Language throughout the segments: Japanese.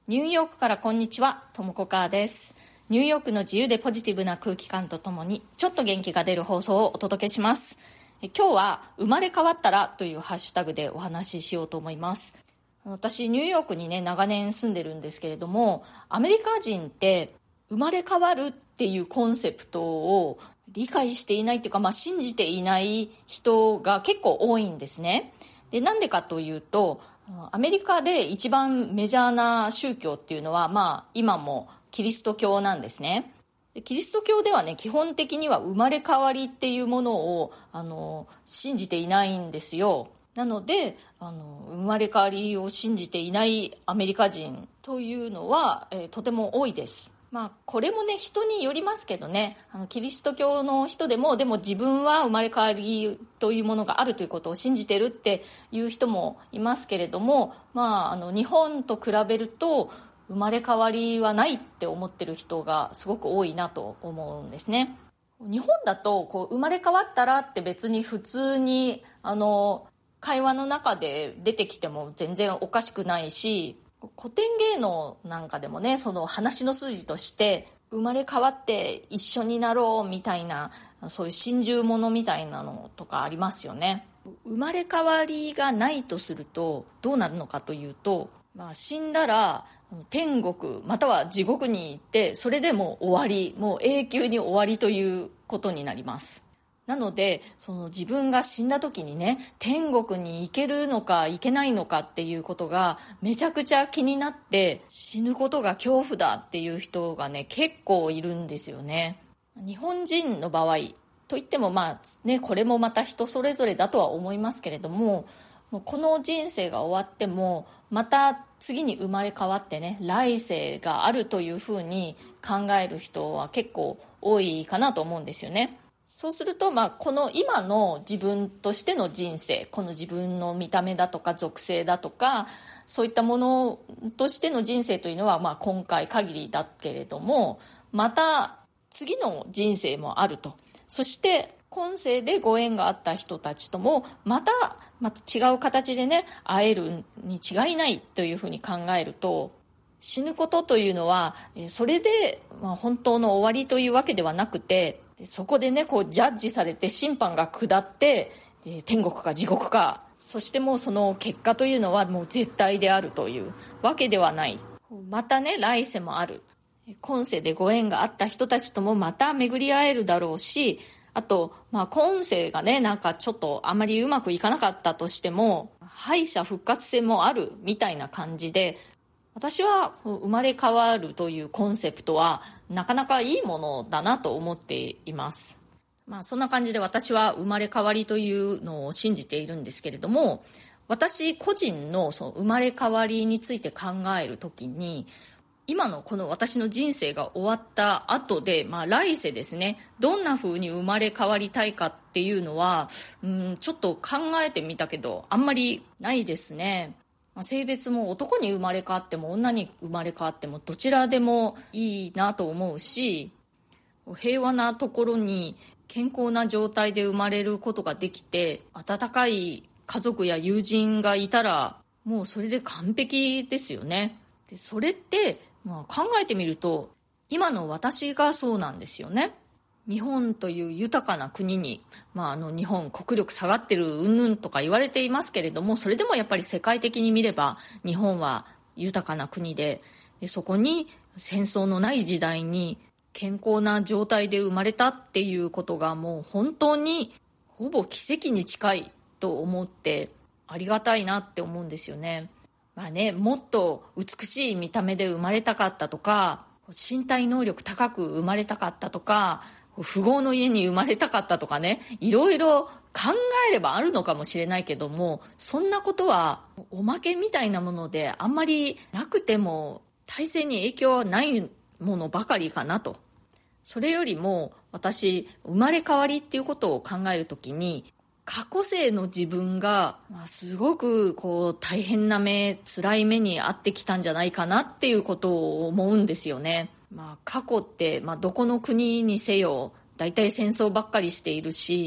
ニューヨークからこんにちは、ともこかーです。ニューヨークの自由でポジティブな空気感とともにちょっと元気が出る放送をお届けします。今日は生まれ変わったらというハッシュタグでお話ししようと思います。私ニューヨークにね長年住んでるんですけれども、アメリカ人って生まれ変わるっていうコンセプトを理解していないっていうか、信じていない人が結構多いんですね。で、なんでかというと、アメリカで一番メジャーな宗教っていうのは、今もキリスト教なんですね。でキリスト教ではね、基本的には生まれ変わりっていうものを信じていないんですよ。なので生まれ変わりを信じていないアメリカ人というのは、とても多いです。これもね、人によりますけどね、キリスト教の人でも自分は生まれ変わりというものがあるということを信じてるっていう人もいますけれども、日本と比べると生まれ変わりはないって思ってる人がすごく多いなと思うんですね。日本だと生まれ変わったらって別に普通に会話の中で出てきても全然おかしくないし、古典芸能なんかでもね、その話の筋として生まれ変わって一緒になろうみたいな、そういう心中ものみたいなのとかありますよね。生まれ変わりがないとするとどうなるのかというと、死んだら天国または地獄に行って、それでもう終わり、もう永久に終わりということになります。なので自分が死んだ時にね、天国に行けるのか行けないのかっていうことがめちゃくちゃ気になって、死ぬことが恐怖だっていう人がね結構いるんですよね。日本人の場合といってもこれもまた人それぞれだとは思いますけれども、この人生が終わってもまた次に生まれ変わってね、来世があるというふうに考える人は結構多いかなと思うんですよね。そうすると、この今の自分としての人生、この自分の見た目だとか属性だとか、そういったものとしての人生というのは、今回限りだけれども、また次の人生もあると。そして今世でご縁があった人たちともまた違う形でね会えるに違いないというふうに考えると、死ぬことというのはそれで本当の終わりというわけではなくて、そこでねジャッジされて審判が下って天国か地獄か、そしてもうその結果というのはもう絶対であるというわけではない。またね来世もある。今世でご縁があった人たちともまた巡り会えるだろうし、あと今世がねちょっとあまりうまくいかなかったとしても敗者復活戦もあるみたいな感じで、私は生まれ変わるというコンセプトはなかなかいいものだなと思っています。そんな感じで私は生まれ変わりというのを信じているんですけれども、私個人のその生まれ変わりについて考えるときに、今のこの私の人生が終わった後で、来世ですね、どんな風に生まれ変わりたいかっていうのはちょっと考えてみたけどあんまりないですね。性別も男に生まれ変わっても女に生まれ変わってもどちらでもいいなと思うし、平和なところに健康な状態で生まれることができて、温かい家族や友人がいたらもうそれで完璧ですよね。でそれって考えてみると今の私がそうなんですよね。日本という豊かな国に、日本国力下がってるうんぬんとか言われていますけれども、それでもやっぱり世界的に見れば日本は豊かな国で、そこに戦争のない時代に健康な状態で生まれたっていうことがもう本当にほぼ奇跡に近いと思ってありがたいなって思うんですよね。もっと美しい見た目で生まれたかったとか、身体能力高く生まれたかったとか、富豪の家に生まれたかったとかね、いろいろ考えればあるのかもしれないけども、そんなことはおまけみたいなものであんまりなくても体制に影響はないものばかりかなと。それよりも私、生まれ変わりっていうことを考えるときに、過去世の自分がすごく大変な辛い目に遭ってきたんじゃないかなっていうことを思うんですよね。過去ってどこの国にせよ大体戦争ばっかりしているし、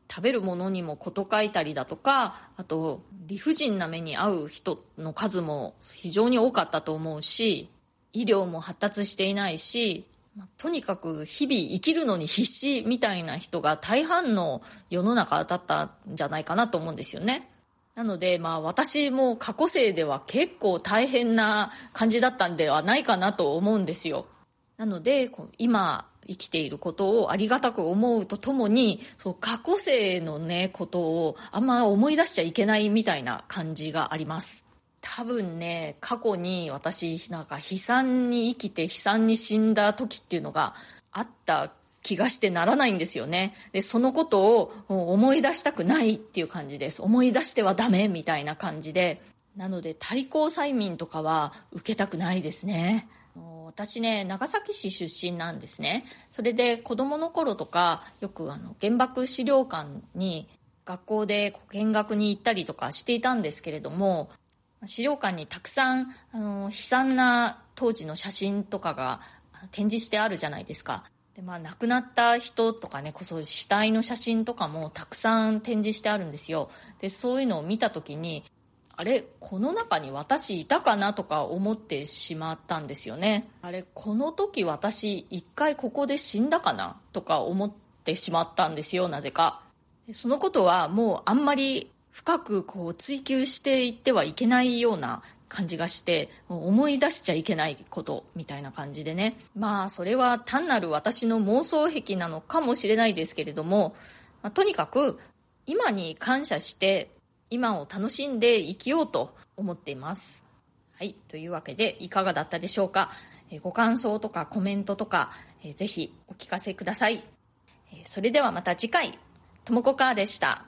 食べるものにも事欠いたりだとか、あと理不尽な目に遭う人の数も非常に多かったと思うし、医療も発達していないし、とにかく日々生きるのに必死みたいな人が大半の世の中だったんじゃないかなと思うんですよね。なので私も過去世では結構大変な感じだったんではないかなと思うんですよ。なので今生きていることをありがたく思うとともに、過去世のねことをあんま思い出しちゃいけないみたいな感じがあります。多分ね、過去に私悲惨に生きて悲惨に死んだ時っていうのがあった気がしてならないんですよね。でそのことを思い出したくないっていう感じです。思い出してはダメみたいな感じで、なので対抗催眠とかは受けたくないですね。私ね、長崎市出身なんですね。それで子供の頃とかよく原爆資料館に学校で見学に行ったりとかしていたんですけれども、資料館にたくさん悲惨な当時の写真とかが展示してあるじゃないですか。で亡くなった人とかね、そういう死体の写真とかもたくさん展示してあるんですよ。でそういうのを見た時に、あれこの中に私いたかなとか思ってしまったんですよね。あれこの時私一回ここで死んだかなとか思ってしまったんですよ、なぜか。そのことはもうあんまり深く追求していってはいけないような感じがして、思い出しちゃいけないことみたいな感じでね。それは単なる私の妄想癖なのかもしれないですけれども、とにかく今に感謝して今を楽しんで生きようと思っています。はい、というわけでいかがだったでしょうか。ご感想とかコメントとかぜひお聞かせください。それではまた次回、ともこかーでした。